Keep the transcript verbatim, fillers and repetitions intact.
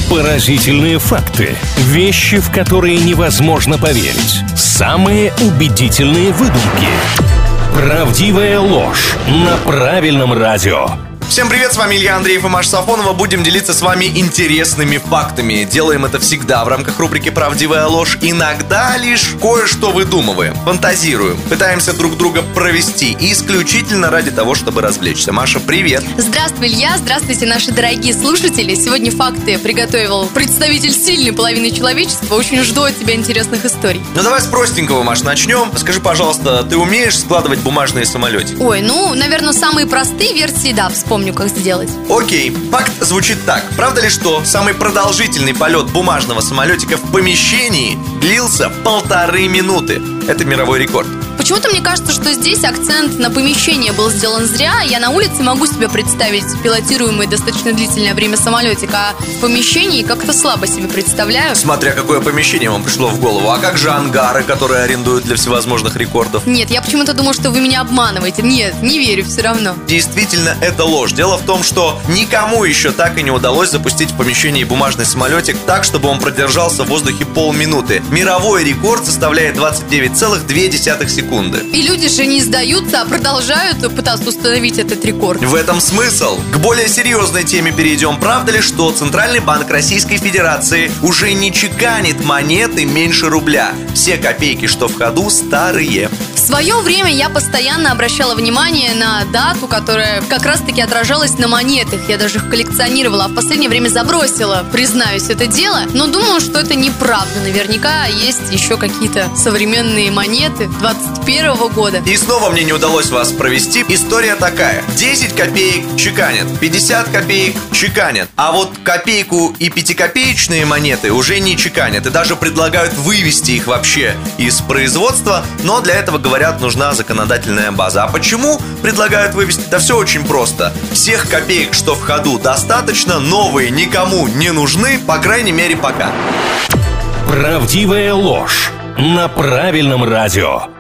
Поразительные факты. Вещи, в которые невозможно поверить. Самые убедительные выдумки. Правдивая ложь на правильном радио. Всем привет, с вами Илья Андреев и Маша Сафонова. Будем делиться с вами интересными фактами. Делаем это всегда в рамках рубрики «Правдивая ложь». Иногда лишь кое-что выдумываем, фантазируем, пытаемся друг друга провести исключительно ради того, чтобы развлечься. Маша, привет. Здравствуй, Илья. Здравствуйте, наши дорогие слушатели. Сегодня факты приготовил представитель сильной половины человечества. Очень жду от тебя интересных историй. Ну давай с простенького, Маш, начнем. Скажи, пожалуйста, ты умеешь складывать бумажные самолетики? Ой, ну, наверное, самые простые версии, да, вспомню. Помню, как сделать. Окей, факт звучит так. Правда ли, что самый продолжительный полет бумажного самолетика в помещении длился полторы минуты? Это мировой рекорд. Почему-то мне кажется, что здесь акцент на помещение был сделан зря. Я на улице могу себе представить пилотируемый достаточно длительное время самолетик, а в помещении как-то слабо себе представляю. Смотря какое помещение вам пришло в голову. А как же ангары, которые арендуют для всевозможных рекордов? Нет, я почему-то думаю, что вы меня обманываете. Нет, не верю все равно. Действительно, это ложь. Дело в том, что никому еще так и не удалось запустить в помещении бумажный самолетик так, чтобы он продержался в воздухе полминуты. Мировой рекорд составляет двадцать девять целых две десятых секунды. И люди же не сдаются, а продолжают пытаться установить этот рекорд. В этом смысл. К более серьезной теме перейдем. Правда ли, что Центральный банк Российской Федерации уже не чеканит монеты меньше рубля? Все копейки, что в ходу, старые. В свое время я постоянно обращала внимание на дату, которая как раз-таки отражалась на монетах. Я даже их коллекционировала, а в последнее время забросила, признаюсь, это дело. Но думаю, что это неправда. Наверняка есть еще какие-то современные монеты двадцать первого года. И снова мне не удалось вас провести. История такая. десять копеек чеканят, пятьдесят копеек чеканят. А вот копейку и пятикопеечные монеты уже не чеканят. И даже предлагают вывести их вообще из производства. Но для этого, говорят, нужна законодательная база. А почему предлагают вывести? Да все очень просто. Всех копеек, что в ходу, достаточно. Новые никому не нужны, по крайней мере, пока. Правдивая ложь на правильном радио.